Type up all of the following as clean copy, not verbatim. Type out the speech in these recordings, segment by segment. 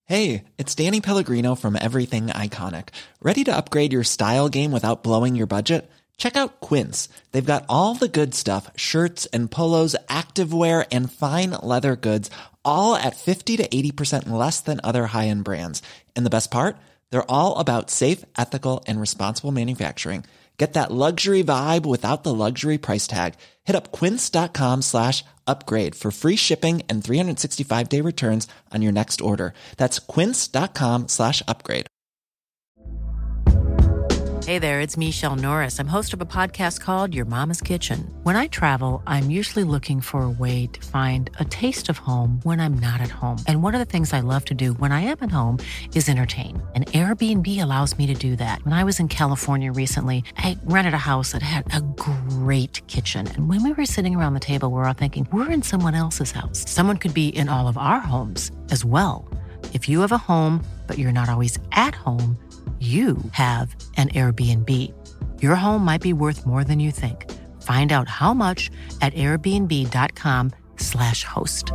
Hey, it's Danny Pellegrino from Everything Iconic. Ready to upgrade your style game without blowing your budget? Check out Quince. They've got all the good stuff, shirts and polos, activewear, and fine leather goods, all at 50 to 80% less than other high-end brands. And the best part? They're all about safe, ethical, and responsible manufacturing. Get that luxury vibe without the luxury price tag. Hit up quince.com/upgrade for free shipping and 365-day returns on your next order. That's quince.com/upgrade. Hey there, it's Michelle Norris. I'm host of a podcast called Your Mama's Kitchen. When I travel, I'm usually looking for a way to find a taste of home when I'm not at home. And one of the things I love to do when I am at home is entertain. And Airbnb allows me to do that. When I was in California recently, I rented a house that had a great kitchen. And when we were sitting around the table, we were all thinking, we're in someone else's house. Someone could be in all of our homes as well. If you have a home, but you're not always at home, you have an Airbnb. Your home might be worth more than you think. Find out how much at airbnb.com/host.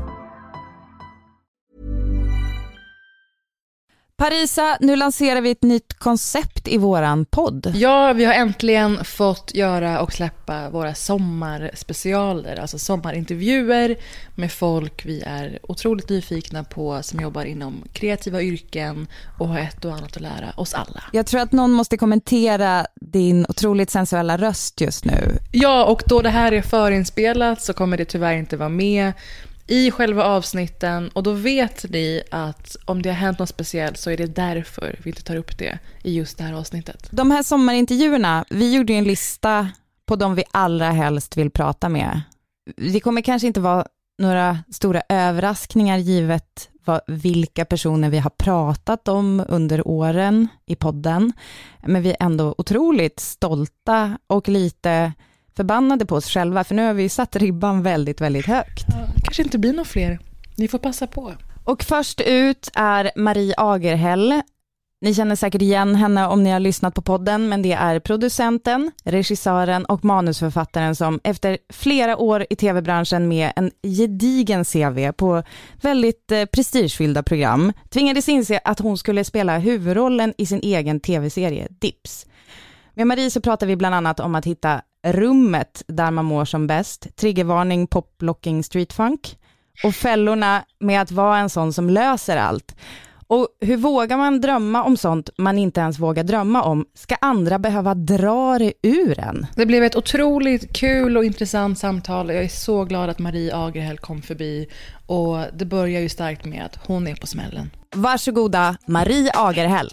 Parisa, nu lanserar vi ett nytt koncept i våran podd. Ja, vi har äntligen fått göra och släppa våra sommarspecialer, alltså sommarintervjuer med folk vi är otroligt nyfikna på som jobbar inom kreativa yrken och har ett och annat att lära oss alla. Jag tror att någon måste kommentera din otroligt sensuella röst just nu. Ja, och då det här är förinspelat så kommer det tyvärr inte vara med i själva avsnitten, och då vet ni att om det har hänt något speciellt så är det därför vi inte tar upp det i just det här avsnittet. De här sommarintervjuerna, vi gjorde ju en lista på de vi allra helst vill prata med. Det kommer kanske inte vara några stora överraskningar givet vilka personer vi har pratat om under åren i podden, men vi är ändå otroligt stolta och lite förbannade på oss själva, för nu har vi satt ribban väldigt, väldigt högt. Ja, kanske inte blir några fler. Ni får passa på. Och först ut är Marie Agerhäll. Ni känner säkert igen henne om ni har lyssnat på podden, men det är producenten, regissören och manusförfattaren som efter flera år i tv-branschen med en gedigen CV på väldigt prestigefyllda program tvingades inse att hon skulle spela huvudrollen i sin egen tv-serie Dips. Med Marie så pratar vi bland annat om att hitta rummet där man mår som bäst, triggervarning, poplocking, streetfunk och fällorna med att vara en sån som löser allt. Och hur vågar man drömma om sånt man inte ens vågar drömma om? Ska andra behöva dra det ur en? Det blev ett otroligt kul och intressant samtal. Jag är så glad att Marie Agerhäll kom förbi, och det börjar ju starkt med att hon är på smällen. Varsågoda, Marie Agerhäll.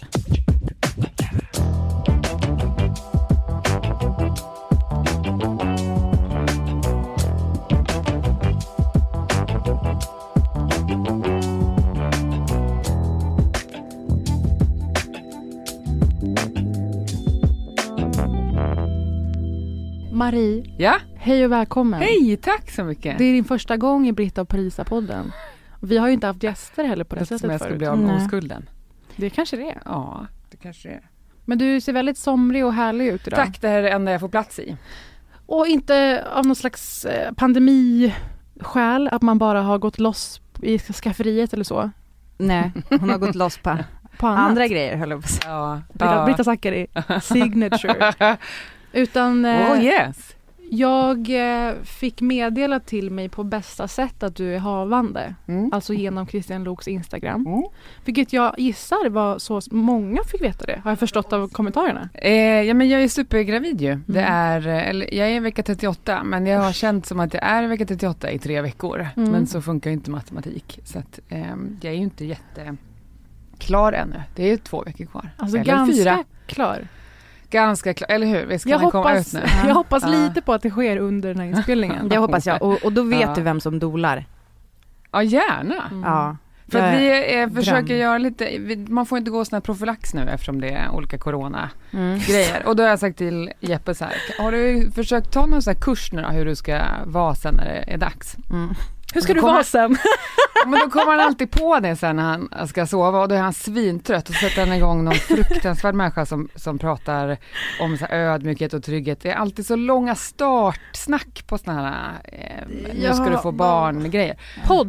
Marie, ja? Hej och välkommen. Hej, tack så mycket. Det är din första gång i Britta och Parisa-podden. Vi har ju inte haft gäster heller på det sättet förut. Jag ska bli av med oskulden. Det kanske det är. Ja, det kanske det är. Men du ser väldigt somrig och härlig ut idag. Tack, det här är det enda jag får plats i. Och inte av någon slags pandemiskäl, att man bara har gått loss i skafferiet eller så. Nej, hon har gått loss på andra grejer, höll jag på att säga. Ja. Britta Zackari, signature. Utan yes. jag fick meddela till mig på bästa sätt att du är havande. Alltså genom Christian Loks Instagram. Vilket jag gissar var så många fick veta det. Har jag förstått av kommentarerna? Ja, men jag är supergravid ju. Det är, eller, jag är vecka 38, men jag har känt som att jag är vecka 38 i 3 veckor. Men så funkar ju inte matematik. Så att, jag är ju inte jätteklar ännu. Det är ju 2 veckor kvar. Alltså eller ganska 4. klar. Ganska klart, eller hur? Jag hoppas lite på att det sker under den här inspelningen. Det hoppas jag. Och då vet du vem som dolar. Ja, gärna. Ja. För att vi försöker göra lite, man får inte gå sån här profylax nu eftersom det är olika corona-grejer. Och då har jag sagt till Jeppe så här, har du försökt ta någon sån här kurs nu då, hur du ska vara sen när det är dags? Hur ska du vara sen? Men då kommer han alltid på det sen när han ska sova, och då är han svintrött, och sätter han igång någon fruktansvärd människa som pratar om så här ödmjukhet och trygghet. Det är alltid så långa startsnack på såna här nu ska du få barn-grejer. Podd.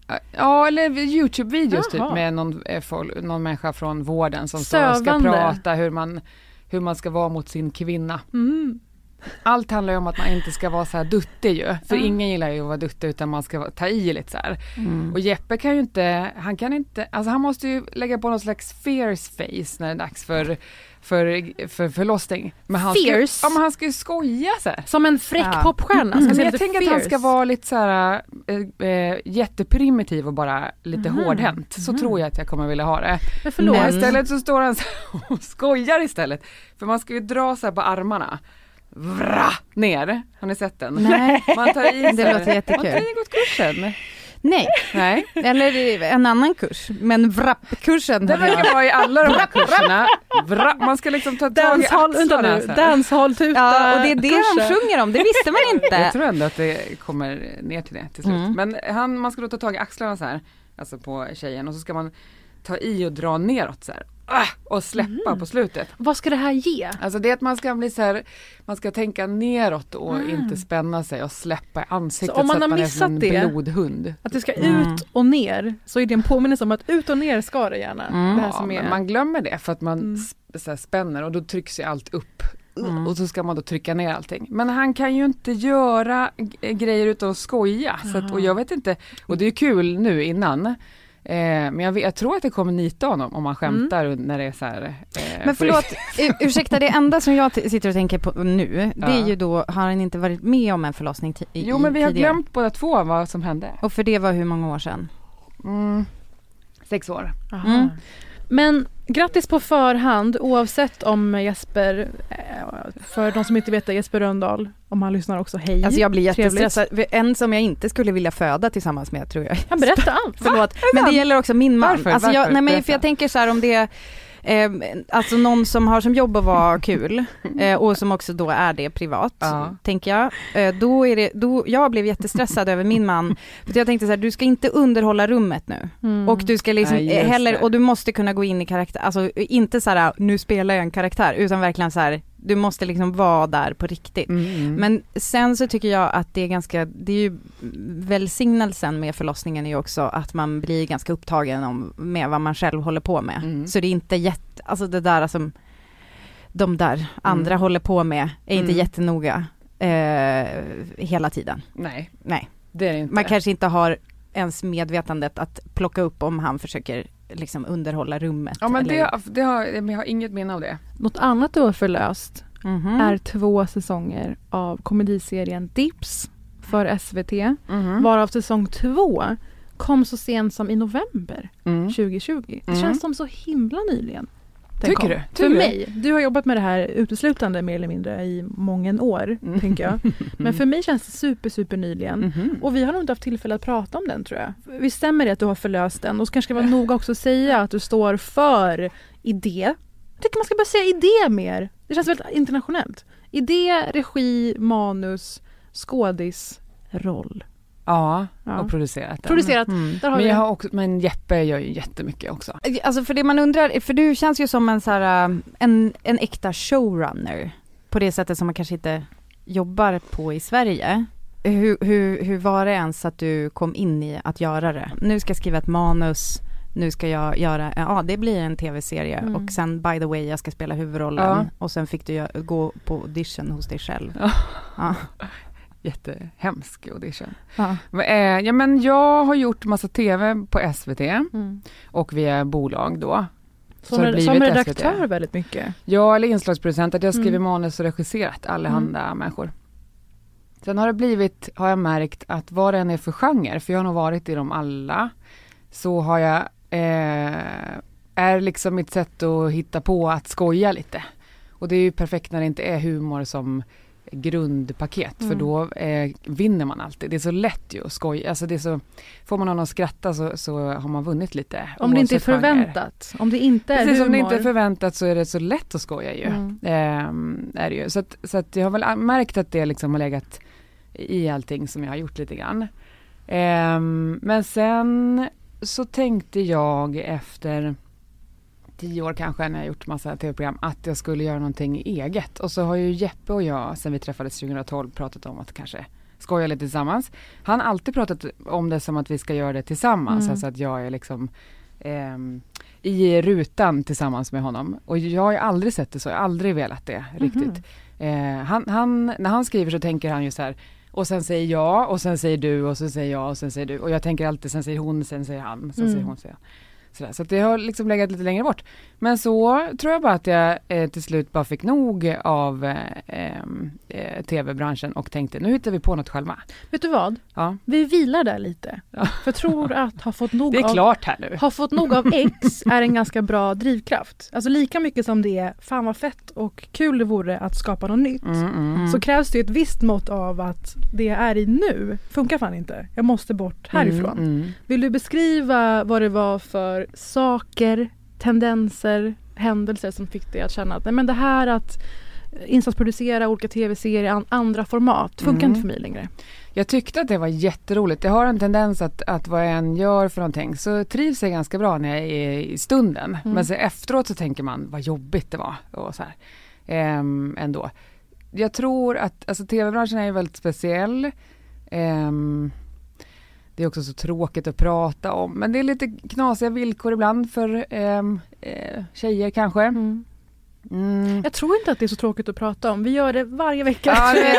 Ja, eller YouTube-videos typ med någon människa från vården som ska prata hur man ska vara mot sin kvinna. Allt handlar ju om att man inte ska vara så här duttig ju. För ingen gillar ju att vara duttig utan man ska ta i lite så här. Och Jeppe kan ju inte, alltså han måste ju lägga på någon slags fierce face när det är dags för förlossning. Men han ska ju skoja så här. Som en fräck popstjärna. Men jag tänker att han ska vara lite så här jätteprimitiv och bara lite hårdhänt. Så tror jag att jag kommer vilja ha det. Men istället så står han så och skojar istället. För man ska ju dra så här på armarna. Ner. Har ni sett den? Nej. Man tar i det låter jättekul. Man tar i gått kursen. Nej. Eller en annan kurs. Men vrapp-kursen. Det verkar vara i alla de här kurserna. Man ska liksom ta tag i axlarna. Dancehall-tuta. Ja, och det är det de sjunger om. Det visste man inte. Jag tror ändå att det kommer ner till det till slut. Men man ska då ta tag i axlarna så här. Alltså på tjejen. Och så ska man ta i och dra neråt så här. Och släppa på slutet. Vad ska det här ge? Alltså det är att man ska bli så här, man ska tänka neråt och inte spänna sig och släppa i ansiktet så om man så att har man är som en missat blodhund. Att det ska ut och ner, så är det en påminnelse om att ut och ner ska det gärna. Det här som men man glömmer det för att man så här spänner och då trycks ju allt upp. Och så ska man då trycka ner allting. Men han kan ju inte göra grejer utan att skoja. Så att, och jag vet inte, och det är kul nu innan. Men jag tror att det kommer nita honom om man skämtar när det är så här. Men förlåt, ursäkta, det enda som jag sitter och tänker på nu, det är ju då, har han inte varit med om en förlossning Jo, men vi har glömt båda två vad som hände. Och för det var hur många år sedan? 6 år. Men grattis på förhand, oavsett om Jesper, för de som inte vet det, Jesper Rönndahl, om han lyssnar också, hej. Alltså jag blir jättestressad. En som jag inte skulle vilja föda tillsammans med, tror jag. Han berättar allt. Förlåt, men det gäller också min man. Varför? Alltså för jag tänker så här, om det alltså någon som har som jobb att vara kul och som också då är det privat, tänker jag. Då jag blev jättestressad över min man. För jag tänkte så här, du ska inte underhålla rummet nu. Och du ska liksom och du måste kunna gå in i karaktär. Alltså inte så här, nu spelar jag en karaktär, utan verkligen så här, du måste liksom vara där på riktigt. Men sen så tycker jag att det är ju välsignelsen med förlossningen är ju också att man blir ganska upptagen med vad man själv håller på med. Så det är inte alltså det där som de där andra håller på med är inte jättenoga hela tiden. Nej. Det är det inte. Man kanske inte har ens medvetandet att plocka upp om han försöker liksom underhålla rummet. Ja, men jag har inget minne av det. Något annat du har förlöst är 2 säsonger av komediserien Dips för SVT, varav säsong 2 kom så sent som i november 2020. Det känns som så himla nyligen. Tycker du? För mig. Du har jobbat med det här uteslutande mer eller mindre i många år, tänker jag. Men för mig känns det super nyligen. Och vi har nog inte haft tillfälle att prata om den, tror jag. Visst stämmer det att du har förlöst den? Och så kanske det var noga också att säga att du står för idé. Jag tycker man ska börja säga idé mer. Det känns väldigt internationellt. Idé, regi, manus, skådis, roll. Ja, och producerat den. Där har vi men Jeppe gör ju jättemycket också. Alltså för det man undrar, för du känns ju som en så här, en äkta showrunner på det sättet som man kanske inte jobbar på i Sverige. Hur var det ens att du kom in i att göra det? Nu ska jag skriva ett manus, nu ska jag göra, det blir en tv-serie och sen by the way jag ska spela huvudrollen och sen fick du gå på audition hos dig själv. Jättehemsk audition. Men jag har gjort massa tv på SVT och via bolag då. Som redaktör SVT. Väldigt mycket. Ja, eller inslagsproducent, att jag skriver manus och regisserat allehanda människor. Sen har jag märkt att vad det än är för genre, för jag har nog varit i dem alla, så har jag är liksom mitt sätt att hitta på att skoja lite. Och det är ju perfekt när det inte är humor som grundpaket, för då vinner man alltid. Det är så lätt ju att skoja. Alltså det är så, får man någon att skratta så har man vunnit lite. Om det inte är förväntat. Om det inte är humor. Om det inte är förväntat så är det så lätt att skoja ju. Är det ju. Så att jag har väl märkt att det liksom har legat i allting som jag har gjort lite grann. Men sen så tänkte jag efter 10 år kanske när jag gjort massa tv-program att jag skulle göra någonting eget. Och så har ju Jeppe och jag sen vi träffades 2012 pratat om att kanske skoja lite tillsammans. Han har alltid pratat om det som att vi ska göra det tillsammans. Alltså att jag är liksom i rutan tillsammans med honom. Och jag har aldrig sett det så. Jag har aldrig velat det riktigt. När han skriver så tänker han ju så här. Och sen säger jag, och sen säger du, och sen säger jag, och sen säger du. Och jag tänker alltid, sen säger hon, sen säger han, sen säger hon, säger jag. Så det har liksom legat lite längre bort. Men så tror jag bara att jag till slut bara fick nog av tv-branschen och tänkte, nu hittar vi på något själva. Vet du vad? Ja. Vi vilar där lite. Ja. För jag tror att ha fått nog det är klart här nu. Ha fått nog av X är en ganska bra drivkraft. Alltså lika mycket som det är, fan vad fett och kul det vore att skapa något nytt. Så krävs det ett visst mått av att det jag är i nu funkar fan inte. Jag måste bort härifrån. Vill du beskriva vad det var för saker, tendenser, händelser som fick dig att känna att nej, men det här att insatsproducera olika tv-serier, andra format funkar inte för mig längre? Jag tyckte att det var jätteroligt. Det har en tendens att vad jag än gör för någonting så trivs jag ganska bra när jag är i stunden. Men så efteråt så tänker man vad jobbigt det var och så här. Ändå. Jag tror att alltså, tv-branschen är väldigt speciell. Det är också så tråkigt att prata om. Men det är lite knasiga villkor ibland för tjejer kanske. Jag tror inte att det är så tråkigt att prata om. Vi gör det varje vecka. Ja, det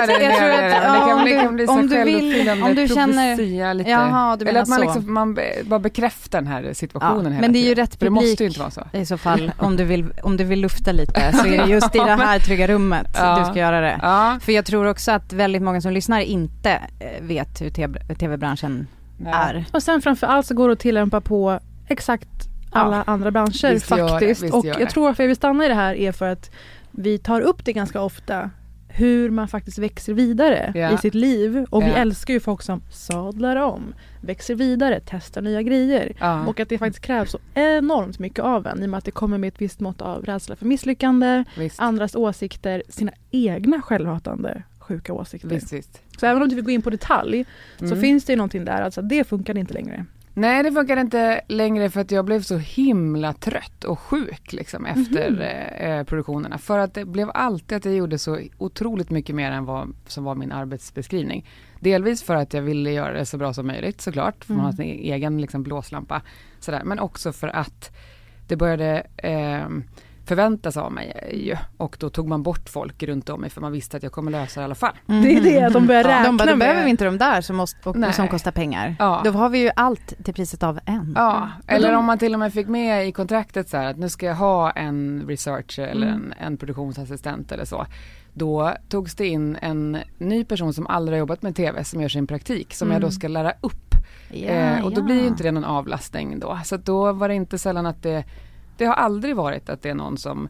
kan bli så självuppfyllande om du känner lite. Jaha, du eller att man, liksom, man bara bekräftar den här situationen hela men det är ju tiden. rätt publik. Det måste ju inte vara så. I så fall, om du vill lufta lite så är det just i det här trygga rummet du ska göra det. För jag tror också att väldigt många som lyssnar inte vet hur tv-branschen är. Och sen framförallt så går det att tillämpa på exakt alla andra branscher faktiskt. Och jag tror att vi vill stanna i det här är för att vi tar upp det ganska ofta hur man faktiskt växer vidare i sitt liv. Och vi älskar ju folk som sadlar om, växer vidare, testar nya grejer. Och att det faktiskt krävs så enormt mycket av en i och med att det kommer med ett visst mått av rädsla för misslyckande, andras åsikter, sina egna självhatande sjuka åsikter. Visst. Så även om du vill gå in på detalj så finns det ju någonting där. Alltså det funkar inte längre. Nej, det funkar inte längre för att jag blev så himla trött och sjuk liksom, efter produktionerna. För att det blev alltid att jag gjorde så otroligt mycket mer än vad som var min arbetsbeskrivning. Delvis för att jag ville göra det så bra som möjligt såklart. För man har sin egen liksom, blåslampa. Sådär. Men också för att det började förväntas av mig ju. Och då tog man bort folk runt om mig för man visste att jag kommer lösa det i alla fall. Det är det de börjar räkna med. Då behöver vi inte de där som kostar pengar. Då har vi ju allt till priset av en. Ja, eller om man till och med fick med i kontraktet så här att nu ska jag ha en researcher eller en produktionsassistent eller så. Då togs det in en ny person som aldrig har jobbat med tv som gör sin praktik som jag då ska lära upp. Och då blir ju inte det någon avlastning då. Så då var det inte sällan att det har aldrig varit att det är någon som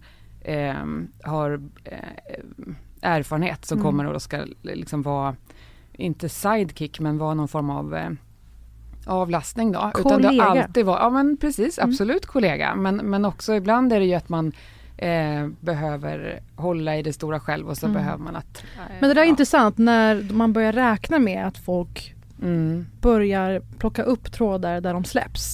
har erfarenhet som kommer och ska liksom vara, inte sidekick men vara någon form av avlastning då. Kollega. Utan det har alltid varit, ja men precis, absolut kollega. Men också ibland är det ju att man behöver hålla i det stora själv och så behöver man att... Men det där är intressant när man börjar räkna med att folk börjar plocka upp trådar där de släpps.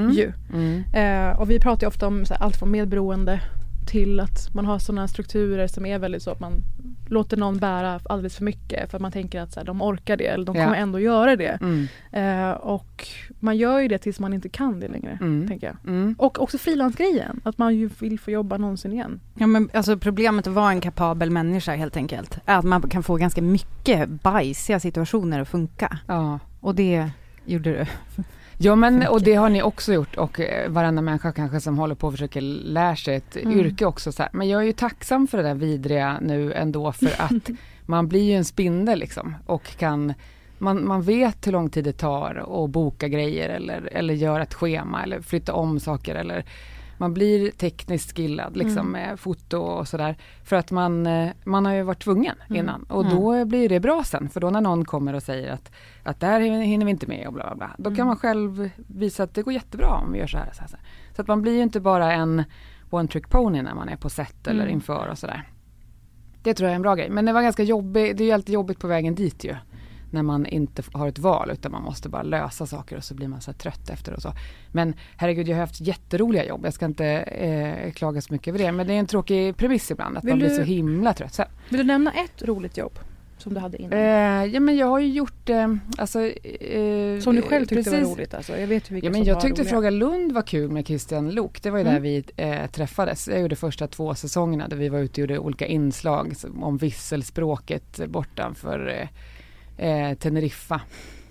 Och vi pratar ju ofta om så här, allt från medberoende till att man har sådana strukturer som är väldigt så att man låter någon bära alldeles för mycket för att man tänker att så här, de orkar det eller de kommer ändå göra det. Och man gör ju det tills man inte kan det längre, tänker jag. Och också frilansgrejen, att man ju vill få jobba någonsin igen. Ja, men alltså problemet att vara en kapabel människa helt enkelt är att man kan få ganska mycket bajsiga situationer att funka. Ja. Och det gjorde du. Ja, men och det har ni också gjort och varenda människa kanske som håller på och försöker lära sig ett yrke också så här. Men jag är ju tacksam för det där vidriga nu ändå för att man blir ju en spindel liksom och kan man vet hur lång tid det tar att boka grejer eller göra ett schema eller flytta om saker eller man blir tekniskt skillad liksom med foto och sådär för att man har ju varit tvungen innan och då blir det bra sen för då när någon kommer och säger att där hinner vi inte med och bla bla bla då kan man själv visa att det går jättebra om vi gör så här. Så att man blir ju inte bara en one trick pony när man är på set eller inför och sådär. Det tror jag är en bra grej men det var ganska jobbigt, det är ju alltid jobbigt på vägen dit ju. När man inte har ett val utan man måste bara lösa saker och så blir man så här trött efter och så. Men herregud, jag har haft jätteroliga jobb. Jag ska inte klaga så mycket över det. Men det är en tråkig premiss ibland att man blir så himla trött sen. Vill du nämna ett roligt jobb? som du hade innan? Ja, men jag har ju gjort alltså, som du själv tyckte precis. var roligt alltså. Jag vet ju vilka som jag var tyckte roliga. Fråga Lund var kul med Christian Lok. Det var ju där vi träffades. Jag gjorde första 2 säsongerna där vi var ute och gjorde olika inslag om visselspråket bortanför Teneriffa.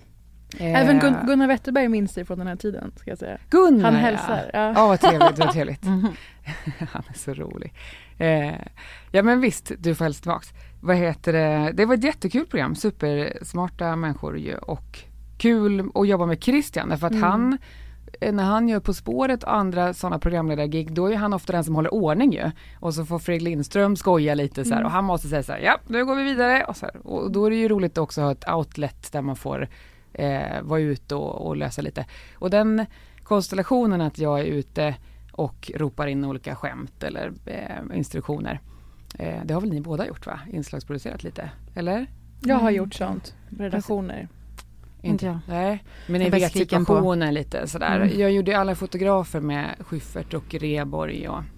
Även Gunnar Wetterberg minns det från den här tiden, ska jag säga. Gunnar, han hälsar. Ja, vad trevligt, vad trevligt. Han är så rolig. Ja, men visst, du får hälsa tillbaks. Vad heter det? Det var ett jättekul program. Supersmarta människor ju, och kul att jobba med Christian. Därför att han, när han gör På spåret och andra sådana programledargig, då är han ofta den som håller ordning ju. Och så får Fredrik Lindström skoja lite så här, och han måste säga så här, ja, nu går vi vidare. Och, så här. Och då är det ju roligt också att ha ett outlet där man får vara ute och lösa lite. Och den konstellationen att jag är ute och ropar in olika skämt eller instruktioner. Det har väl ni båda gjort, va? Inslagsproducerat lite, eller? Jag har gjort sånt. Redaktioner. Inte jag. Nej, men ni vet situationen lite sådär. Jag gjorde alla fotografer med Schyffert och Reborg och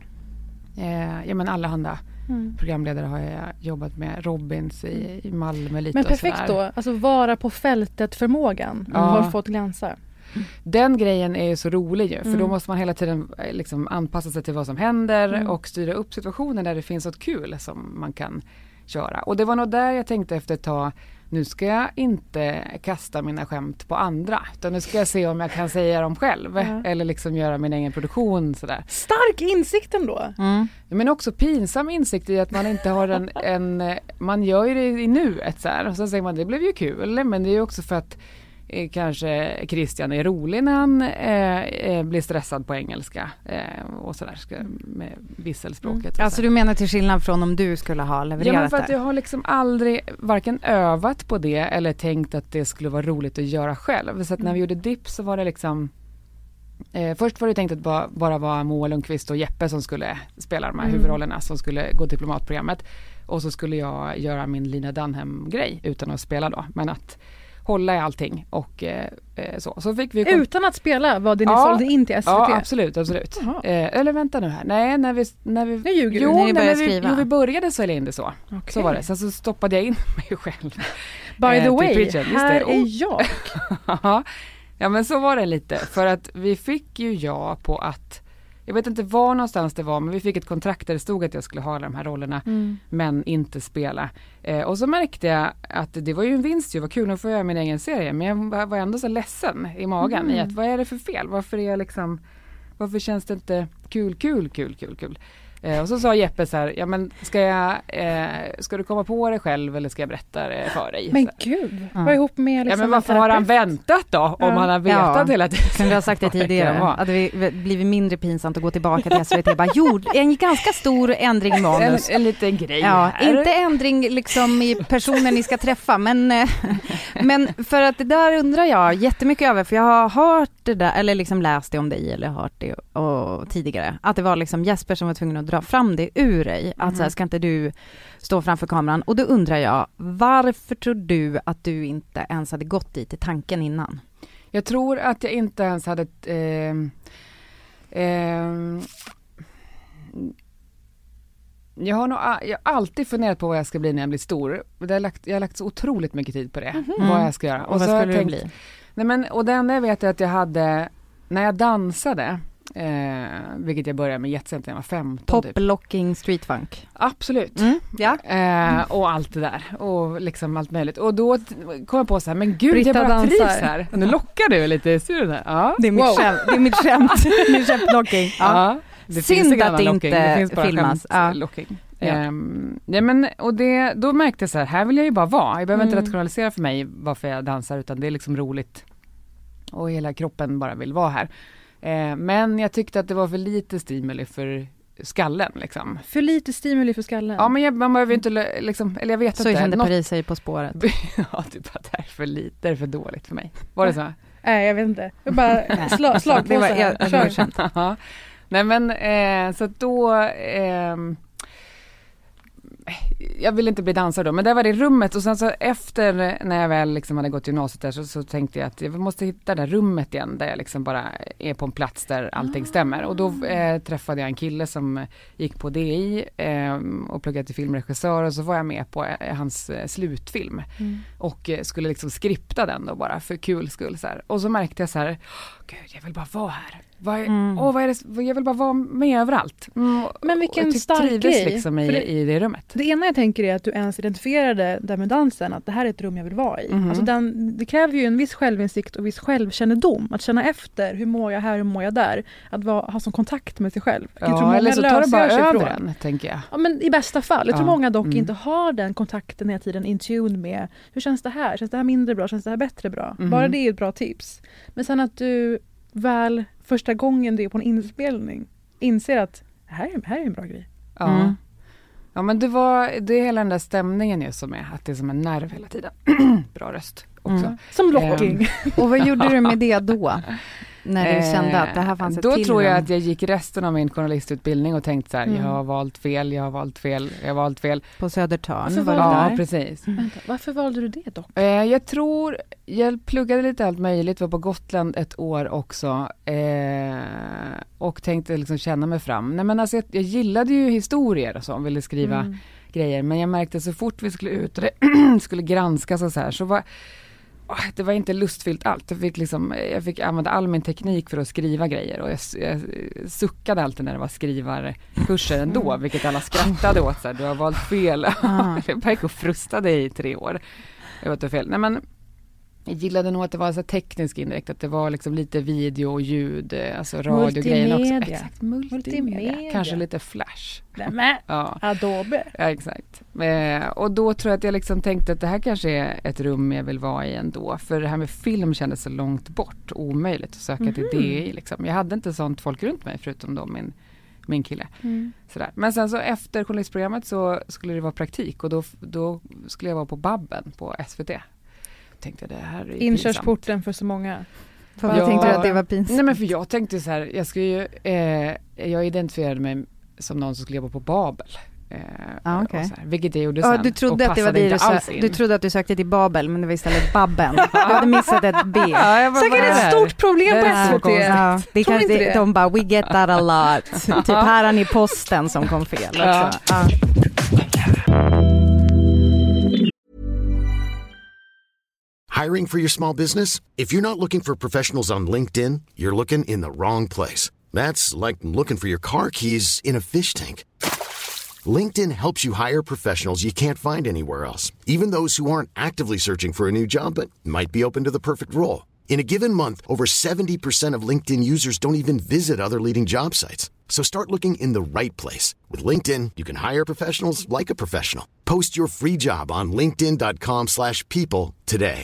men alla andra programledare har jag jobbat med. Robbins i Malmö lite. Men perfekt och då, alltså vara på fältet förmågan har fått glänsa. Den grejen är ju så rolig ju, för då måste man hela tiden liksom anpassa sig till vad som händer och styra upp situationer där det finns något kul som man kan köra. Och det var nog där jag tänkte efter ett tag, nu ska jag inte kasta mina skämt på andra, utan nu ska jag se om jag kan säga dem själv eller liksom göra min egen produktion sådär. Stark insikt ändå. Men också pinsam insikt i att man inte har man gör ju det i nuet så här, och så säger man det blev ju kul, men det är ju också för att kanske Christian är rolig när han blir stressad på engelska och sådär med visselspråket. Alltså du menar till skillnad från om du skulle ha levererat ja, men för att jag har liksom aldrig varken övat på det eller tänkt att det skulle vara roligt att göra själv. Så att när vi gjorde Dipp så var det liksom först var det tänkt att bara vara Moa Lundqvist och Jeppe som skulle spela de här huvudrollerna som skulle gå diplomatprogrammet, och så skulle jag göra min Lina Dunham-grej utan att spela då, men att hålla i allting och så fick vi utan att spela vad det ni sålde in till SVT. Ja, absolut. Eller vänta nu här. Nej, när vi nu ljuger du. Vi började så eller inte så. Okay. Så var det. Sen så stoppade jag in mig själv. By the way, här är jag. Ja, men så var det lite, för att vi fick ju på att jag vet inte var någonstans det var, men vi fick ett kontrakt där det stod att jag skulle ha de här rollerna men inte spela. Och så märkte jag att det var ju en vinst, det var kul att få göra min egen serie, men jag var ändå så ledsen i magen i att vad är det för fel? Varför känns det inte kul? Och så sa Jeppe så här, ja men ska du komma på det själv eller ska jag berätta det för dig? Men gud, var ihop med liksom. Ja, men varför har han väntat då om han har vetat hela tiden? Kunde jag sagt det tidigare. Hade det blivit mindre pinsamt att gå tillbaka till SVT bara en ganska stor ändring i manus. En liten grej här. Inte ändring liksom i personen ni ska träffa, men för att det där undrar jag jättemycket över, för jag har hört det där, eller liksom läst det om dig eller hört det tidigare, att det var liksom Jesper som var tvungen att dra fram det ur dig, att så här, ska inte du stå framför kameran, och då undrar jag, varför tror du att du inte ens hade gått dit i tanken innan? Jag tror att jag inte ens hade jag har alltid funderat på vad jag ska bli när jag blir stor. Jag har lagt så otroligt mycket tid på det, vad jag ska göra. Och vad skulle det bli? Nej, men, och det enda jag vet är att jag hade, när jag dansade, vilket jag började med jättesent när jag var 15. Poplocking streetfunk. Absolut. Ja. Och allt det där. Och liksom allt möjligt. Och då kom jag på så här, men gud, Britta jag bara dansar. trivs här. Nu lockar du lite. Ser du det? Ja. Det är mitt skämt. Det är mitt skämt. Min skämtlocking. Ja. Det synd att det inte finns bara filmas. Skämtlocking. Men, och då märkte jag så här vill jag ju bara vara. Jag behöver inte rationalisera för mig varför jag dansar, utan det är liksom roligt. Och hela kroppen bara vill vara här. Men jag tyckte att det var för lite stimuli för skallen liksom. För lite stimuli för skallen? Ja, men man behöver inte liksom, eller jag vet så inte. Så kände Paris sig På spåret. Ja, typ att det är för lite, det är för dåligt för mig. Var det så? Nej, jag vet inte. Jag bara slag på så här. Nej, men så att då jag ville inte bli dansare då, men där var det rummet och sen så efter när jag väl liksom hade gått gymnasiet där så tänkte jag att jag måste hitta det där rummet igen där jag liksom bara är på en plats där allting stämmer. Och då träffade jag en kille som gick på DI och pluggade till filmregissör och så var jag med på hans slutfilm och skulle liksom skripta den då bara för kul skull så här. Och så märkte jag så här, gud jag vill bara vara här. Vad är det? Jag vill bara vara med överallt. Men vilken stark grej. Liksom i det rummet. Det ena jag tänker är att du ens identifierade där med dansen att det här är ett rum jag vill vara i. Alltså det kräver ju en viss självinsikt och viss självkännedom. Att känna efter, hur mår jag här, hur mår jag där. Att ha sån kontakt med sig själv. Ja, eller så tar det bara över den, tänker jag. Ja, men i bästa fall. Jag tror många dock inte har den kontakten hela tiden in tune med hur känns det här? Känns det här mindre bra? Känns det här bättre bra? Bara det är ett bra tips. Men sen att du väl första gången du är på en inspelning inser att det här är en bra grej. Ja. Ja, men det är hela den där stämningen ju som är att det är som en nerv hela tiden. Bra röst också. Som locking. Och vad gjorde du med det då? När du kände att det här fanns ett då till tror jag rum? att jag gick resten av min journalistutbildning och tänkte så här, jag har valt fel. På Södertörn var det Ja, där? precis. Vänta, varför valde du det dock? Jag pluggade lite allt möjligt, var på Gotland ett år också och tänkte liksom känna mig fram. Nej, men alltså, jag gillade ju historier och så, ville skriva grejer, men jag märkte så fort vi skulle ut och det skulle granskas och så här, så var det var inte lustfyllt allt. Jag fick använda all min teknik för att skriva grejer och jag suckade alltid när det var skrivarkurser ändå, vilket alla skrattade åt. Så här, du har valt fel. Jag bara gick och frustade i 3 år. Jag vet fel. Nej, men jag gillade nog att det var så tekniskt indirekt, att det var liksom lite video och ljud, alltså radiogrejen också. Exakt, multimedia. Kanske lite flash. Ja. Adobe. Ja, exakt. Och då tror jag att jag liksom tänkte att det här kanske är ett rum jag vill vara i ändå. För det här med film kändes så långt bort, omöjligt att söka till det liksom. Jag hade inte sånt folk runt mig förutom då min kille. Sådär. Men sen så efter journalistprogrammet så skulle det vara praktik och då skulle jag vara på Babben på SVT. Tänkte det här är inkörsporten pinsamt. för så många. Vad tänkte du att det var pinsamt? Nej, men för jag tänkte så här, jag identifierade mig som någon som skulle jobba på Babel. Okay. Så här, vilket jag gjorde sen. Du trodde att det var det du trodde att du sökte till Babel, men det var istället Babben. Du hade missat ett B. Säkert ett stort problem på SVT. Ja, det kanske de bara, we get that a lot. Typ här har ni posten som kom fel också. Ja. Hiring for your small business? If you're not looking for professionals on LinkedIn, you're looking in the wrong place. That's like looking for your car keys in a fish tank. LinkedIn helps you hire professionals you can't find anywhere else, even those who aren't actively searching for a new job but might be open to the perfect role. In a given month, over 70% of LinkedIn users don't even visit other leading job sites. So start looking in the right place. With LinkedIn, you can hire professionals like a professional. Post your free job on linkedin.com/people today.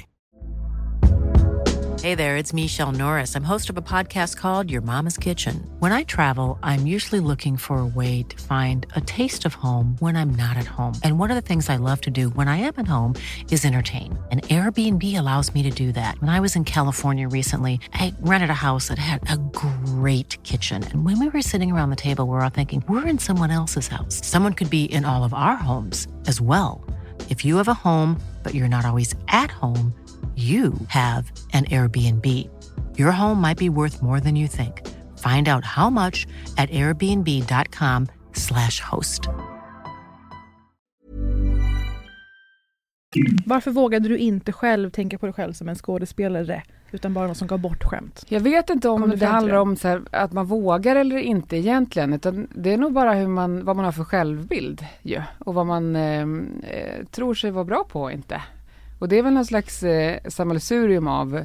Hey there, it's Michelle Norris. I'm host of a podcast called Your Mama's Kitchen. When I travel, I'm usually looking for a way to find a taste of home when I'm not at home. And one of the things I love to do when I am at home is entertain. And Airbnb allows me to do that. When I was in California recently, I rented a house that had a great kitchen. And when we were sitting around the table, we were all thinking, we're in someone else's house. Someone could be in all of our homes as well. If you have a home, but you're not always at home, you have an Airbnb. Your home might be worth more than you think. Find out how much at airbnb.com/host. Varför vågade du inte själv tänka på dig själv som en skådespelare utan bara någon som gav bort skämt? Jag vet inte om det handlar om så här, att man vågar eller inte egentligen, utan det är nog bara vad man har för självbild ju, och vad man tror sig vara bra på och inte. Och det är väl någon slags sammelsurium av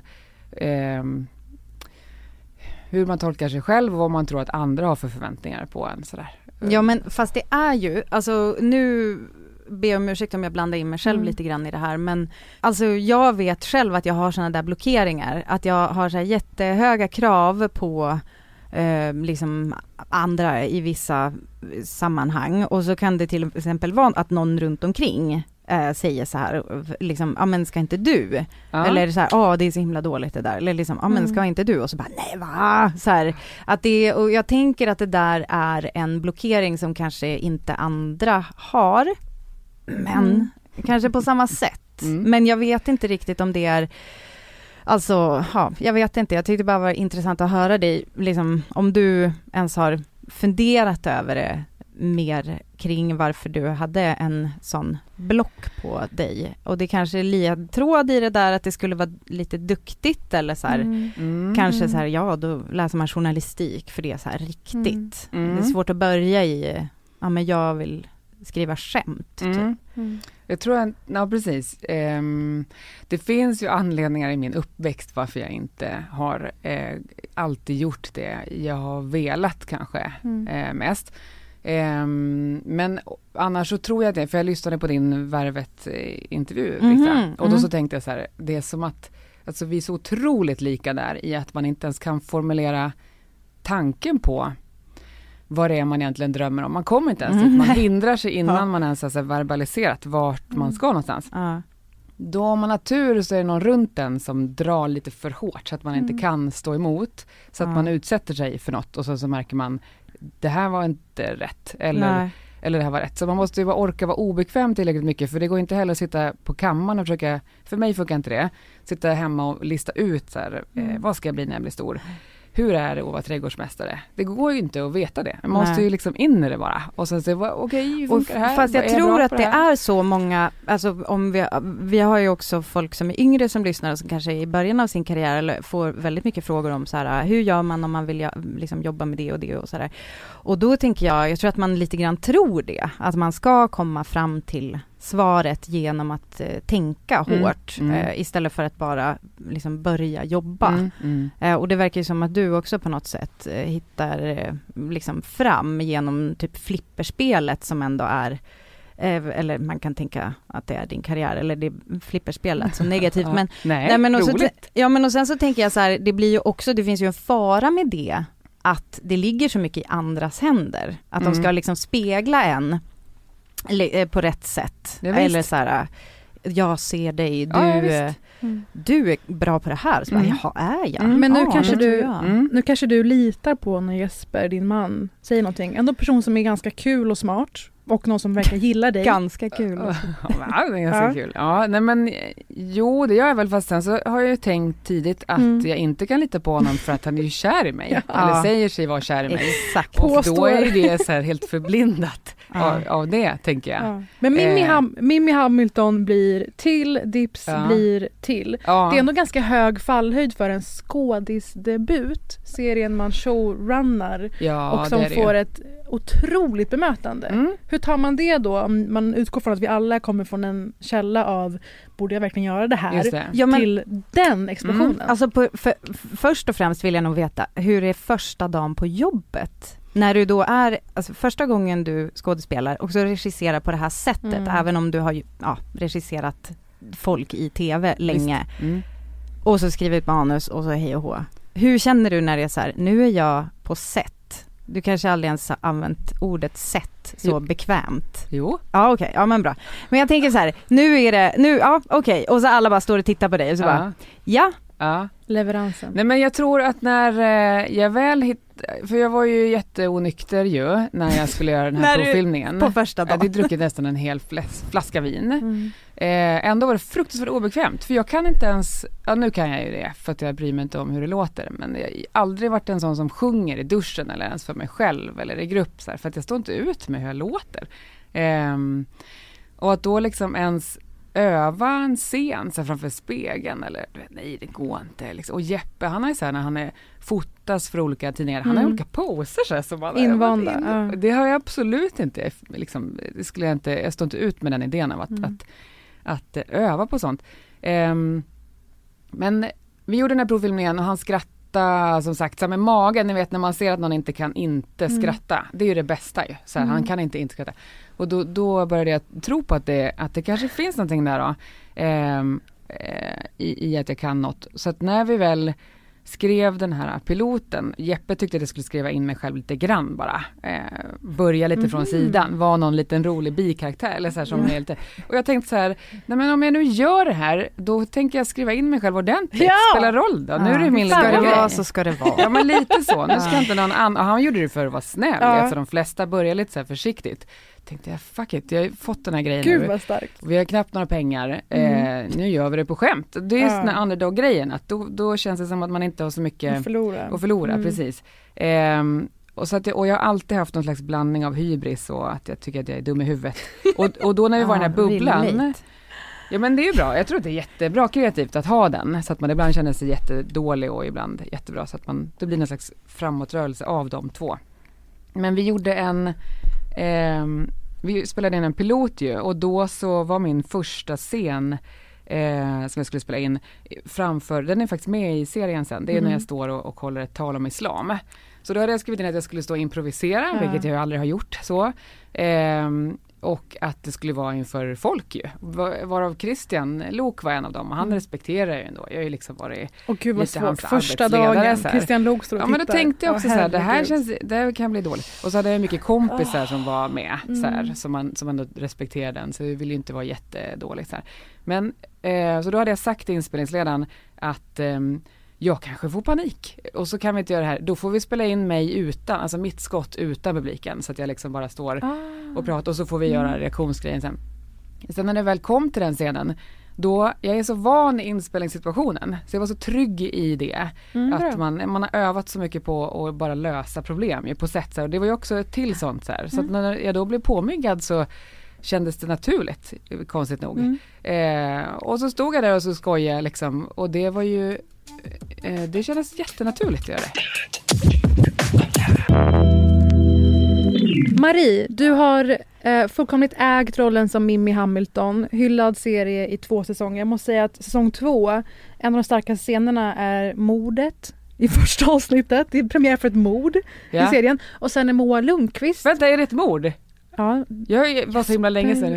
hur man tolkar sig själv och vad man tror att andra har för förväntningar på en. Sådär. Ja, men fast det är ju, alltså nu ber jag om ursäkt om jag blandar in mig själv lite grann i det här, men alltså jag vet själv att jag har såna där blockeringar, att jag har så här jättehöga krav på liksom andra i vissa sammanhang, och så kan det till exempel vara att någon runt omkring säger så här liksom, ja men ska inte du? Eller så här, det är så himla dåligt det där, eller liksom, ja men ska inte du? Och så bara, nej va? Så här, att det, och jag tänker att det där är en blockering som kanske inte andra har, men kanske på samma sätt. Men jag vet inte riktigt om det är, alltså, jag vet inte. Jag tyckte bara det var intressant att höra dig, liksom, om du ens har funderat över det mer kring varför du hade en sån block på dig. Och det kanske är ledtråd i det där att det skulle vara lite duktigt eller så här, kanske så här, då läser man journalistik för det är så här riktigt. Det är svårt att börja i, men jag vill skriva skämt. Typ. Jag tror att, precis. Det finns ju anledningar i min uppväxt varför jag inte har alltid gjort det jag har velat kanske mest. Men annars så tror jag det, för jag lyssnade på din Värvet-intervju och då så tänkte jag så här, det är som att alltså, vi är så otroligt lika där i att man inte ens kan formulera tanken på vad det är man egentligen drömmer om. Man kommer inte ens dit, man hindrar sig innan man ens har verbaliserat vart man ska någonstans. Då om man har tur så är det någon runt den som drar lite för hårt så att man inte kan stå emot, så att man utsätter sig för något och så märker man det här var inte rätt eller det här var rätt. Så man måste ju orka vara obekväm tillräckligt mycket, för det går inte heller att sitta på kammaren och försöka, för mig funkar inte det, sitta hemma och lista ut så här, vad ska jag bli när jag blir stor? Hur är det att vara trädgårdsmästare? Det går ju inte att veta det. Man måste ju liksom in i det bara. Och sen säga, okej, funkar det här? Fast jag tror att det är så många, alltså om vi har ju också folk som är yngre som lyssnar och som kanske i början av sin karriär eller får väldigt mycket frågor om så här, hur gör man om man vill liksom jobba med det och så där. Och då tänker jag tror att man lite grann tror det, att man ska komma fram till svaret genom att tänka hårt istället för att bara liksom börja jobba. Och det verkar ju som att du också på något sätt hittar liksom fram genom typ flipperspelet som ändå är, eller man kan tänka att det är din karriär eller det flipperspelet som negativt. Men, men också, men och sen så tänker jag så här, det blir ju också, det finns ju en fara med det, att det ligger så mycket i andras händer. Att de ska liksom spegla en på rätt sätt. Eller så här, jag ser dig, du är bra på det här. Så bara, jaha, är jag? Men nu kanske du litar på när Jesper, din man, säger någonting. Ändå en person som är ganska kul och smart. Och någon som verkar gilla dig. Ganska kul. Ja, det är ganska kul. Ja, nej men, jo, det gör jag väl. Fast sen så har jag ju tänkt tidigt att jag inte kan lita på honom för att han är ju kär i mig. Eller säger sig vara kär i mig. Exakt. Och då är ju det så här helt förblindat av det, tänker jag. Men Mimmi Hamilton blir till, Dips blir till. Det är ändå ganska hög fallhöjd för en skådisdebut. Serien man showrunnar och som får ett otroligt bemötande. Hur tar man det då? Om man utgår från att vi alla kommer från en källa av borde jag verkligen göra det här till den explosionen. Alltså först och främst vill jag nog veta, hur är första dagen på jobbet? När du då är, alltså första gången du skådespelar och så regisserar på det här sättet, även om du har regisserat folk i tv länge. Och så skriver ut manus och så hej och hå. Hur känner du när det är så här, nu är jag på set? Du kanske aldrig ens har använt ordet sätt så bekvämt. Jo. Ja, okej. Ja, men bra. Men jag tänker så här, okej. Och så alla bara står och tittar på dig och så bara, leveransen. Nej, men jag tror att när jag väl för jag var ju jätteonykter ju när jag skulle göra den här provfilmningen. På första dagen. Jag hade druckit nästan en hel flaska vin. Ändå var det fruktansvärt obekvämt. För jag kan inte ens, nu kan jag ju det för att jag bryr mig inte om hur det låter. Men jag har aldrig varit en sån som sjunger i duschen eller ens för mig själv eller i grupp. Så här, för att jag står inte ut med hur jag låter. Och att då liksom ens öva en scen så framför spegeln eller nej, det går inte liksom. Och Jeppe, han är så här, när han är fotas för olika tidningar, han har olika poser så här, som man invanda. Det har jag absolut inte liksom, det skulle jag står inte ut med den idén av att öva på sånt. Men vi gjorde den här provfilmningen och han skrattade som sagt så med magen, ni vet när man ser att någon inte kan skratta. Det är ju det bästa ju. Så här, han kan inte skratta. Och då började jag tro på att det kanske finns någonting där då, i att jag kan något. Så att när vi väl skrev den här piloten, Jeppe tyckte att jag skulle skriva in mig själv lite grann bara. Börja lite från sidan, var någon liten rolig bikaraktär eller så här, som lite. Och jag tänkte så här, nej men om jag nu gör det här, då tänker jag skriva in mig själv ordentligt. Spelar roll då. Nu är det min lilla grej. Ska det vara så ska det vara. Ja, men lite så. Nu ska inte någon annan, han gjorde det för att vara snäll. Alltså de flesta börjar lite så här försiktigt. tänkte jag, fuck it, jag har fått den här grejen Gud nu. vad starkt. Vi har knappt några pengar. Nu gör vi det på skämt. Det är den här underdog-grejen. Att då känns det som att man inte har så mycket att förlora. Precis. Och jag har alltid haft någon slags blandning av hybris och att jag tycker att jag är dum i huvudet. Och då när vi var i den här bubblan. Ja, men det är ju bra. Jag tror att det är jättebra kreativt att ha den. Så att man ibland känner sig jättedålig och ibland jättebra. Så att det blir någon slags framåtrörelse av de två. Men vi gjorde vi spelade in en pilot ju. Och då så var min första scen som jag skulle spela in framför, den är faktiskt med i serien sen. Det är när jag står och håller ett tal om islam. Så då hade jag skrivit in att jag skulle stå och improvisera, vilket jag aldrig har gjort så. Och att det skulle vara inför folk ju. Varav Christian Lok var en av dem. Och han respekterar ju ändå. Jag har ju liksom varit Gud vad svårt. Första dagen, Christian Lok står och tittar. Ja, men då tänkte jag också så här, det här kan bli dåligt. Och så hade jag mycket kompisar som var med. Så här, som ändå respekterade den. Så det ville ju inte vara jättedåligt. Så här. Men, så då hade jag sagt till inspelningsledaren att jag kanske får panik. Och så kan vi inte göra det här. Då får vi spela in mig utan, alltså mitt skott utan publiken. Så att jag liksom bara står och pratar. Och så får vi göra reaktionsgrejen sen. Sen när det väl kom till den scenen, då, jag är så van i inspelningssituationen. Så jag var så trygg i det. Att man har övat så mycket på att bara lösa problem på sätt. Så här. Och det var ju också ett till sånt. Så här. Så att när jag då blev påmyggad så kändes det naturligt, konstigt nog. Och så stod jag där och så skojade jag liksom. Och det var ju det kändes jättenaturligt att göra det. Marie, du har fullkomligt ägt rollen som Mimmi Hamilton. Hyllad serie i 2 säsonger. Jag måste säga att säsong 2, en av de starkaste scenerna är mordet i första avsnittet. Det är premiär för ett mord i serien. Och sen är Moa Lundqvist. Vänta, är det ett mord? Ja. Jag var så himla länge sedan.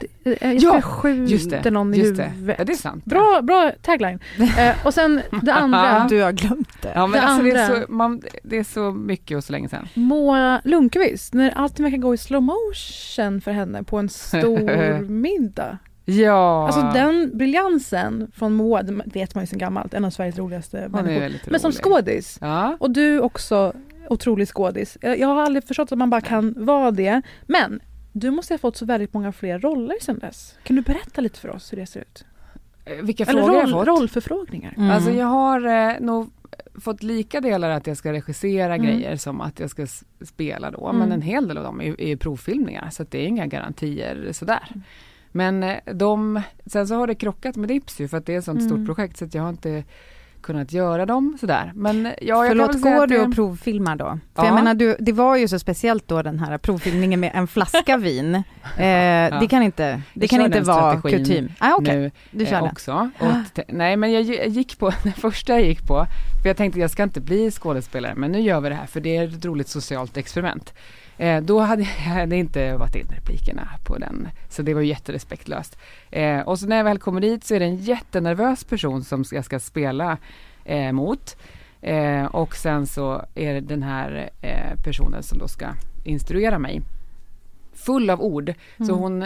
Jag skjuter någon i huvudet. Ja, det är sant. Bra tagline. Och sen det andra. Du har glömt det. Ja, men alltså, det är så mycket och så länge sedan. Moa Lundqvist, när allting verkar gå i slow motion för henne på en stor middag. Ja. Alltså den briljansen från Moa, det vet man ju sedan gammalt, en av Sveriges roligaste människor. Men som skådis. Ja. Och du också otrolig skådis. Jag har aldrig förstått att man bara kan vara det. Men du måste ha fått så väldigt många fler roller sedan dess. Kan du berätta lite för oss hur det ser ut? Vilka frågor jag har fått? Rollförfrågningar. Alltså jag har nog fått lika delar att jag ska regissera grejer som att jag ska spela då. Men en hel del av dem är provfilmningar. Så att det är inga garantier sådär. Men sen så har det krockat med Dips ju, för att det är ett sånt stort projekt så att jag har inte kunnat göra dem sådär. Men förlåt, går du och provfilmar då? För jag menar, det var ju så speciellt då den här provfilmningen med en flaska vin. Det kan inte vara kutym. Nu du kör också. Nej, men jag gick på, den första jag gick på, för jag tänkte jag ska inte bli skådespelare, men nu gör vi det här för det är ett roligt socialt experiment. Då hade jag inte varit in replikerna på den. Så det var ju jätterespektlöst. Och så när jag väl kommer dit så är det en jättenervös person som jag ska spela mot. Och sen så är det den här personen som då ska instruera mig. Full av ord. Så hon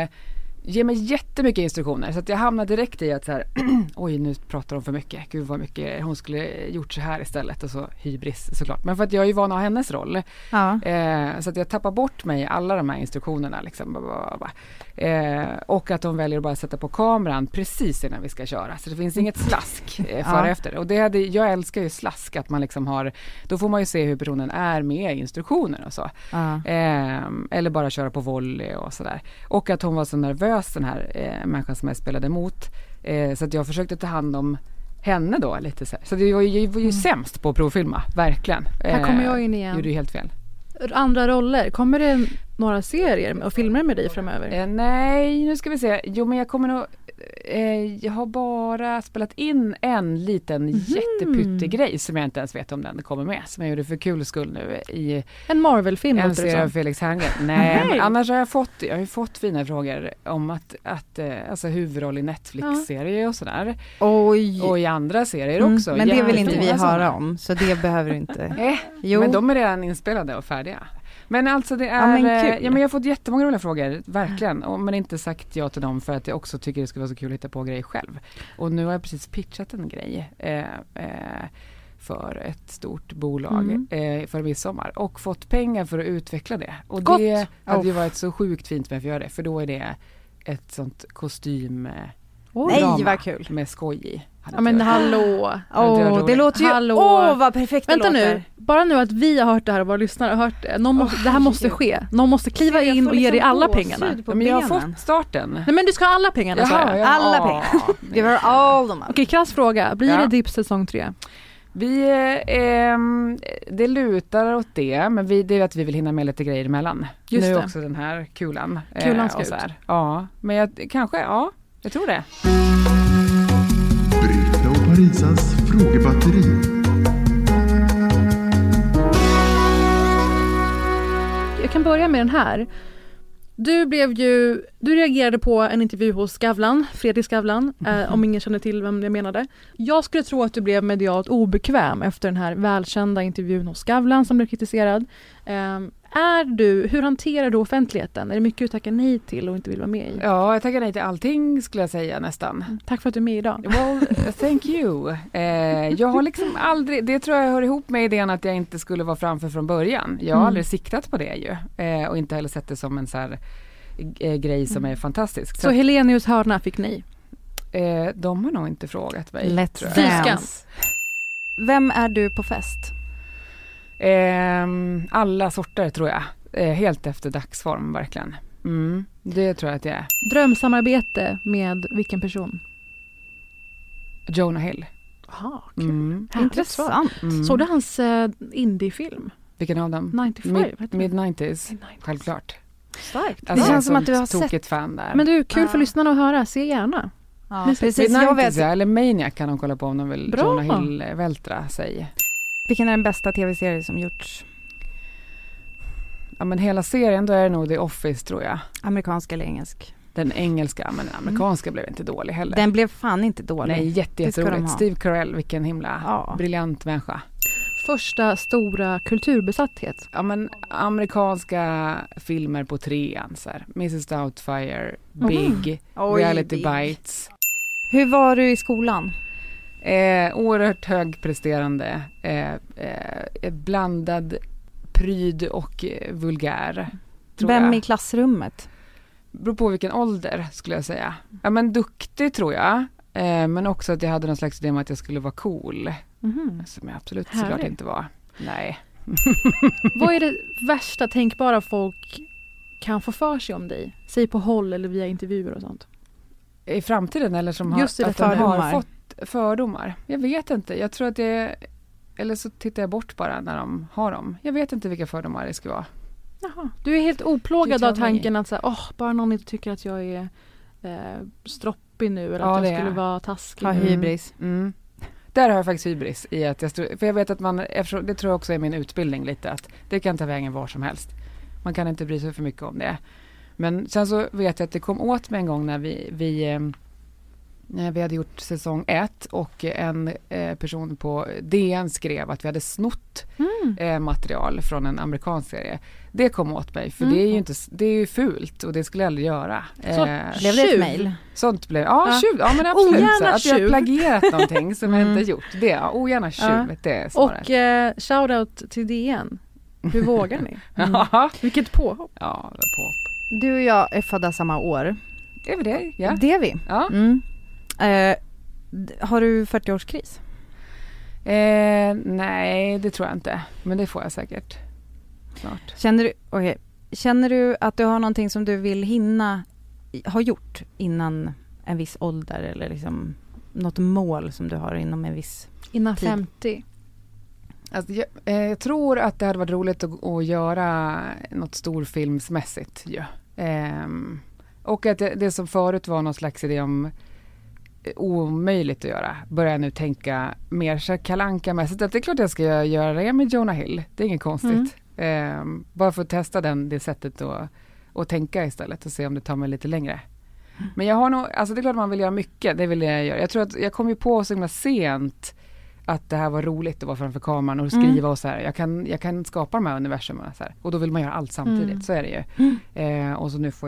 ger mig jättemycket instruktioner. Så att jag hamnar direkt i att så här, oj, nu pratar hon för mycket. Gud vad mycket, hon skulle gjort så här istället. Och så hybris såklart. Men för att jag är ju van att ha hennes roll. Ja. Så att jag tappar bort mig alla de här instruktionerna. Liksom. Och att de väljer att bara sätta på kameran precis innan vi ska köra. Så det finns inget slask före efter. Och jag älskar ju slask. Att man liksom har, då får man ju se hur personen är med instruktioner och så. Eller bara köra på volley och sådär. Och att hon var så nervös, den här människan som jag spelade emot. Så att jag försökte ta hand om henne då lite så här. Så det var ju sämst på att provfilma, verkligen. Här kommer jag in igen. Gjorde ju helt fel. Andra roller, kommer det några serier och filmer med dig framöver? Nej, nu ska vi se. Jo, men jag kommer nog jag har bara spelat in en liten jättepyttig grej som jag inte ens vet om den kommer med. Som jag gjorde för kul skull nu i en Marvel-film. En serie av Felix Herngren. Nej, men annars har jag har fått fina frågor om att alltså huvudroll i Netflix-serier och sådär. Oj. Och i andra serier också. Men det vill inte vi höra om, så det behöver du inte. Jo. Men de är redan inspelade och färdiga. Men alltså det är, men jag har fått jättemånga roliga frågor, verkligen. Men inte sagt ja till dem för att jag också tycker det skulle vara så kul att hitta på grejer själv. Och nu har jag precis pitchat en grej för ett stort bolag för midsommar och fått pengar för att utveckla det. Och Gott. det hade ju varit så sjukt fint med att göra det, för då är det ett sånt kostym Nej, vad kul. med skoj i. Ja men hallå. Det låter ju, Hallå. vad perfekt det Vänta låter. nu, bara nu att vi har hört det här och våra lyssnare har hört det. Det här måste ske. Någon måste kliva Jag in får och ge dig liksom alla gåshud pengarna. på Men jag har benen. fåt starten. Nej men du ska ha alla pengarna. Jaha, ja. Alla pengar. Give her all the money. Okej, krass fråga. Blir Ja. det Dips säsong 3? Det lutar åt det, men det är att vi vill hinna med lite grejer emellan. Just nu det. också den här kulan. Kulan ska och ut. så här. Ja, men jag tror det. Britta och Parisas frågebatteri. Jag kan börja med den här. Du reagerade på en intervju hos Skavlan, Fredrik Skavlan, om ingen känner till vem jag menade. Jag skulle tro att du blev medialt obekväm efter den här välkända intervjun hos Skavlan som blev kritiserad. Hur hanterar du offentligheten? Är det mycket du tackar nej till och inte vill vara med i? Ja, jag tackar nej till allting skulle jag säga nästan. Tack för att du är med idag. Well, thank you. Jag har liksom aldrig, det tror jag hör ihop med idén att jag inte skulle vara framför från början. Jag har aldrig siktat på det ju. Och inte heller sett det som en så här grej som är fantastisk. Så Helenius hörna fick nej? De har nog inte frågat mig. Let's tror jag. dance. Vem är du på fest? Alla sorter tror jag. Helt efter dagsform verkligen. Det tror jag att jag är. Drömsamarbete med vilken person? Jonah Hill. Aha, Intressant. Såg du hans indiefilm? Vilken av dem? 95? Mid-90s. Självklart. Starkt. Det känns som att du har tokigt sett. fan där. Men du, kul för lyssnarna att höra. Se gärna. Ja, Precis. precis. Jag vet. Eller Maniac kan de kolla på om de vill. Bra. Jonah Hill vältra sig. Vilken är den bästa tv-serie som gjorts? Ja, men hela serien, då är det nog The Office tror jag. Amerikansk eller engelsk? Den engelska, men den amerikanska blev inte dålig heller. Den blev fan inte dålig. Nej, Det ska de jätteroligt. ha. Steve Carell, vilken himla briljant människa. Första stora kulturbesatthet. Ja, men amerikanska filmer på 3:an så här. Mrs. Doubtfire, Big, Reality Bites. Hur var du i skolan? Oerhört högpresterande, blandad pryd och vulgär. Tror Vem jag. i klassrummet? Beror på vilken ålder skulle jag säga. Ja, men duktig tror jag. Men också att jag hade någon slags idé om att jag skulle vara cool. Som jag absolut såklart Härligt. inte var. Nej. Vad är det värsta tänkbara folk kan få för sig om dig? Säg på håll eller via intervjuer och sånt. I framtiden eller som Just det, att de har fördomar. fått fördomar. Jag vet inte. Jag tror att det eller så tittar jag bort bara när de har dem. Jag vet inte vilka fördomar det ska vara. Jaha. Du är helt oplågad Det av tar mig. tanken att så här, bara någon inte tycker att jag är stroppig nu eller Ja, att det jag är. skulle vara taskig. Ha hybris. Där har jag faktiskt hybris i att för jag vet att det tror jag också är min utbildning lite, att det kan ta vägen var som helst. Man kan inte bry sig för mycket om det. Men sen så vet jag att det kom åt mig en gång när vi hade gjort säsong 1 och en person på DN skrev att vi hade snott material från en amerikansk serie. Det kom åt mig, för det är ju fult och det skulle jag aldrig göra. Blev det ett mejl? Sånt blev, tjuv, ja men absolut. Ogärna Så att jag har tjuv. plagierat någonting som jag inte gjort. Det, ogärna tjuv, det är svaret. Och shoutout till DN. Hur vågar ni? Ja, Vilket påhopp. det var påhopp. Du och jag är födda samma år. Är vi det? Ja. Det är vi. Ja. Har du 40-årskris? Nej, det tror jag inte. Men det får jag säkert snart. Känner du att du har någonting som du vill ha gjort innan en viss ålder eller liksom något mål som du har inom en viss Innan tid? 50. Alltså, jag tror att det hade varit roligt att göra något storfilmsmässigt. Ja. Och att det som förut var någon slags idé om omöjligt att göra, börjar nu tänka mer så Kalle Anka-mässigt. Att det är klart jag ska göra det med Jonah Hill. Det är inget konstigt. Bara för att testa det sättet och tänka istället och se om det tar mig lite längre. Men jag har nog, alltså det är klart man vill göra mycket, det vill jag göra. Jag tror att jag kom ju på så himla sent att det här var roligt att vara framför kameran och skriva och så här. Jag kan skapa de här universumen så här. Och då vill man göra allt samtidigt, så är det ju. Och så nu får jag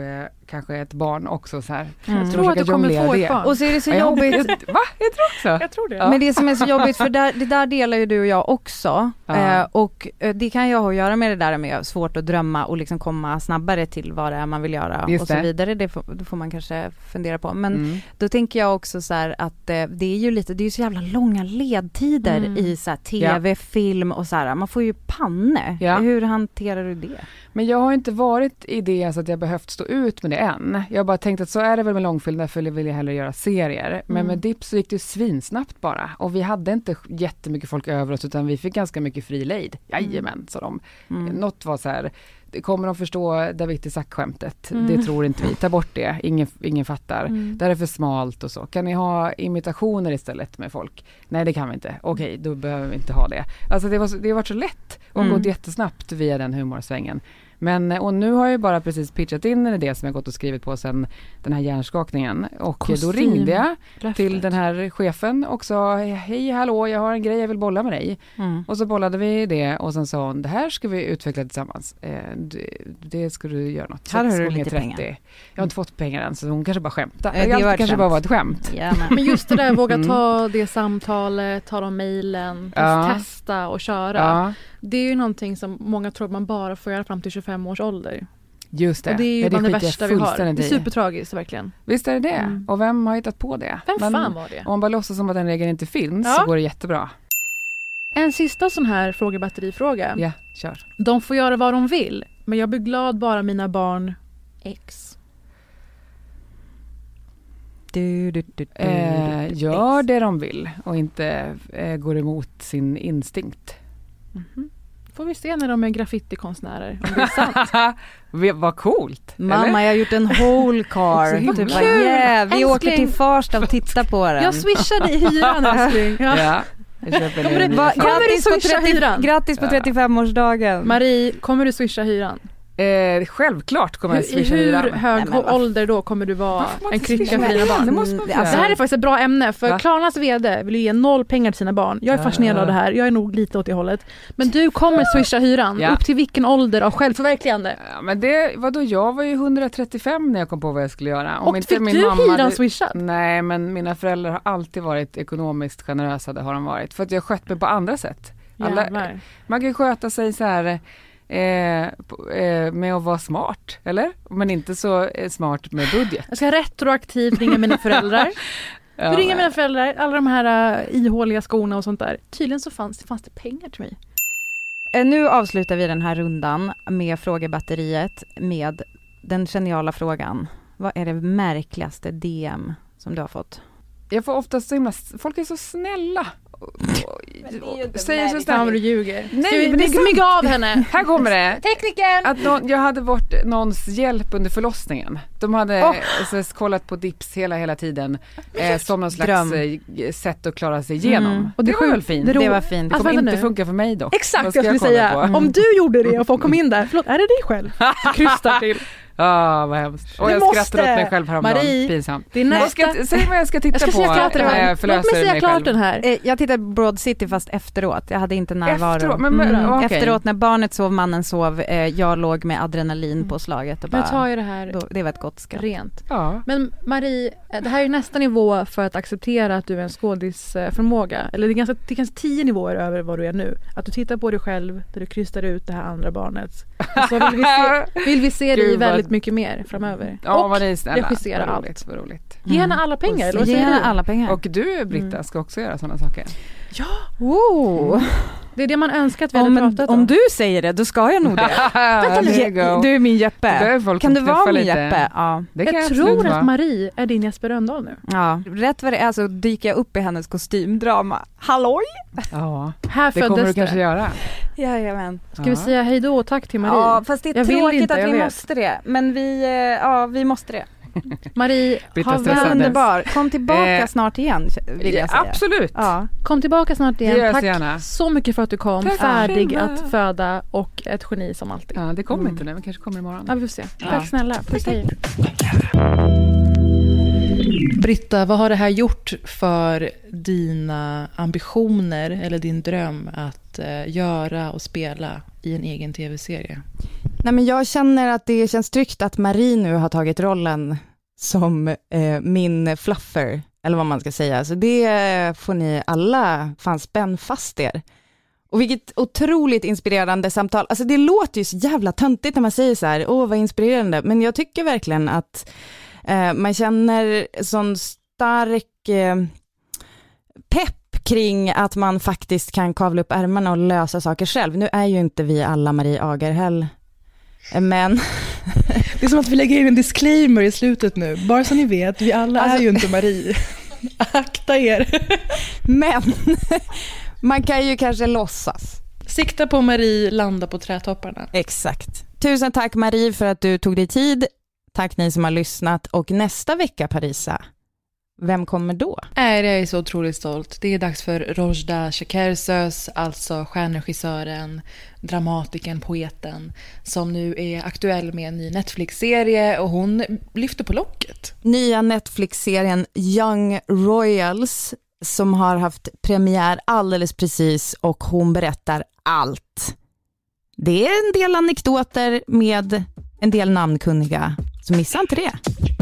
kanske ett barn också så här. Jag tror att du kommer få ett barn. Och så är det så jobbigt. Va? Jag tror också. Jag tror det. Ja. Men det som är så jobbigt, för det där delar ju du och jag också. Och det kan ju ha att göra med det där med svårt att drömma och liksom komma snabbare till vad det är man vill göra och så vidare. Det får man kanske fundera på. Men då tänker jag också så här att det är ju så jävla långa ledtider i så här tv, film och så här. Man får ju panne. Ja. Hur hanterar du det? Men jag har inte varit i det så att jag behövt stå ut med det än. Jag har bara tänkt att så är det väl med långfilm, därför vill jag hellre göra serier. Men med Dips så gick det svinsnabbt bara. Och vi hade inte jättemycket folk över oss, utan vi fick ganska mycket fri lejd. Jajamän, sa de. Något var så här, kommer de förstå David Isaac-skämtet? Det tror inte vi. Ta bort det. Ingen fattar. Det här är för smalt och så. Kan ni ha imitationer istället med folk? Nej, det kan vi inte. Okej, då behöver vi inte ha det. Alltså det har varit så lätt och gått jättesnabbt via den humorsvängen. Men, och nu har jag bara precis pitchat in en idé som jag gått och skrivit på sen den här hjärnskakningen. Och då ringde jag till den här chefen och sa, hej hallå, jag har en grej jag vill bolla med dig. Och så bollade vi det och sen sa hon, det här ska vi utveckla tillsammans. Det ska du göra något. Här har du lite pengar. Jag har inte fått pengar än, så hon kanske bara skämtar. Det kanske bara var ett skämt. Ja, men just det där, våga ta det samtalet, ta de mejlen, testa och köra. Ja. Det är ju någonting som många tror att man bara får göra fram till 25 års ålder. Just det. Och det är ju bland det värsta vi har. Det är supertragiskt, verkligen. Visst är det det. Och vem har hittat på det? Vem fan var det? Om man bara låtsas som att den regeln inte finns så går det jättebra. En sista sån här frågebatterifråga. Ja, kör. De får göra vad de vill, men jag blir glad bara mina barn X. Gör det de vill och inte går emot sin instinkt. Får vi se när de är graffitikonstnärer, om det är sant. Vad coolt. Mamma, jag har gjort en whole car. Vi åker till Farsta och tittar på den. Jag swishade i hyran, älskling. Ja. Grattis på 35-årsdagen. Marie, kommer du swisha hyran? Självklart kommer jag swisha hyran. Hur hög ålder då kommer du vara en krycka för dina barn? Det här är faktiskt ett bra ämne, för Klarnas vd vill ge 0 pengar till sina barn. Jag är fascinerad av det här, jag är nog lite åt det hållet. Men du kommer swisha hyran, upp till vilken ålder av självförverkligande? Ja, men jag var ju 135 när jag kom på vad jag skulle göra. Och inte fick min du mamma hyran swishad? Nej, men mina föräldrar har alltid varit ekonomiskt generösa, det har de varit. För att jag skött mig på andra sätt. Man kan sköta sig så här... med att vara smart, eller? Men inte så smart med budget. Jag ska retroaktivt ringa mina föräldrar. Ringa mina föräldrar, alla de här ihåliga skorna och sånt där. Tydligen så fanns det pengar till mig. Nu avslutar vi den här rundan med frågebatteriet med den geniala frågan. Vad är det märkligaste DM som du har fått? Jag får ofta så himla... Folk är så snälla. Säger så snabbt du ljuger. Nej, men smyga av henne. Här kommer det. Tekniken. Att jag hade varit någons hjälp under förlossningen. De hade kollat på Dips hela tiden som någon slags sätt att klara sig igenom. Och det var väl fint. Det var fint. Det kommer inte funka för mig dock. Exakt, jag skulle säga. Om du gjorde det och folk kom in där. Förlåt, är det dig själv? Krystar till. Vad hemskt. Och jag skrattade åt mig själv häromdagen. Marie, pinsamt. Säg vad jag ska titta på. Låt mig säga klart den här. Jag tittade på Broad City fast efteråt. Jag hade inte närvaro. Efteråt när barnet sov, mannen sov. Jag låg med adrenalin på slaget. Och bara, jag tar ju det här det var ett gott skratt. Rent. Ja. Men Marie, det här är ju nästa nivå för att acceptera att du är en skådisförmåga. Eller det är kanske 10 nivåer över vad du är nu. Att du tittar på dig själv där du krystar ut det här andra barnet. Så vill vi se dig väldigt mycket mer framöver. Ja, och vad det är snälla. Regissera allt. Vad roligt. Ge henne alla pengar. Eller vad säger du? Alla pengar. Och du, Britta, ska också göra sådana saker. Ja! Det är det man önskar att vi hade pratat om. Om du säger det, då ska jag nog det. Vänta nu, du är min Jeppe. Kan du vara min Jeppe? Ja. Jag tror att Marie är din Jesper Rönndahl nu. Ja, rätt vad det är så dyker jag upp i hennes kostymdrama. Halloj! Ja, här det kommer du kanske göra. Jajamän. Ska vi säga hej då och tack till Marie? Ja, fast det är tråkigt att vi måste det. Men vi måste det. Marie, ha underbar. Kom tillbaka snart igen, vill jag säga. Absolut. Ja. Kom tillbaka snart igen. Tack gärna. Så mycket för att du kom. Tack. Färdig att föda och ett geni som alltid. Ja, det kommer inte nu, men kanske kommer imorgon. Ja, vi får se. Tack snälla. Puss, hej. Britta, vad har det här gjort för dina ambitioner eller din dröm att göra och spela i en egen tv-serie? Nej, men jag känner att det känns tryggt att Marie nu har tagit rollen som min fluffer, eller vad man ska säga. Så det får ni alla fan spänn fast er. Och vilket otroligt inspirerande samtal. Alltså det låter ju så jävla töntigt när man säger så här, vad inspirerande. Men jag tycker verkligen att man känner sån stark pepp kring att man faktiskt kan kavla upp ärmarna och lösa saker själv. Nu är ju inte vi alla Marie Agerhäll, men... Det är som att vi lägger in en disclaimer i slutet nu. Bara så ni vet, vi alla är ju inte Marie. Akta er. Men man kan ju kanske låtsas. Sikta på Marie, landa på trätopparna. Exakt. Tusen tack Marie för att du tog dig tid. Tack ni som har lyssnat. Och nästa vecka, Parisa, vem kommer då? Jag är så otroligt stolt. Det är dags för Rojda Şekersöz, alltså stjärnregissören, dramatikern, poeten, som nu är aktuell med en ny Netflix-serie och hon lyfter på locket. Nya Netflix-serien Young Royals som har haft premiär alldeles precis och hon berättar allt. Det är en del anekdoter med en del namnkunniga, så missa inte det.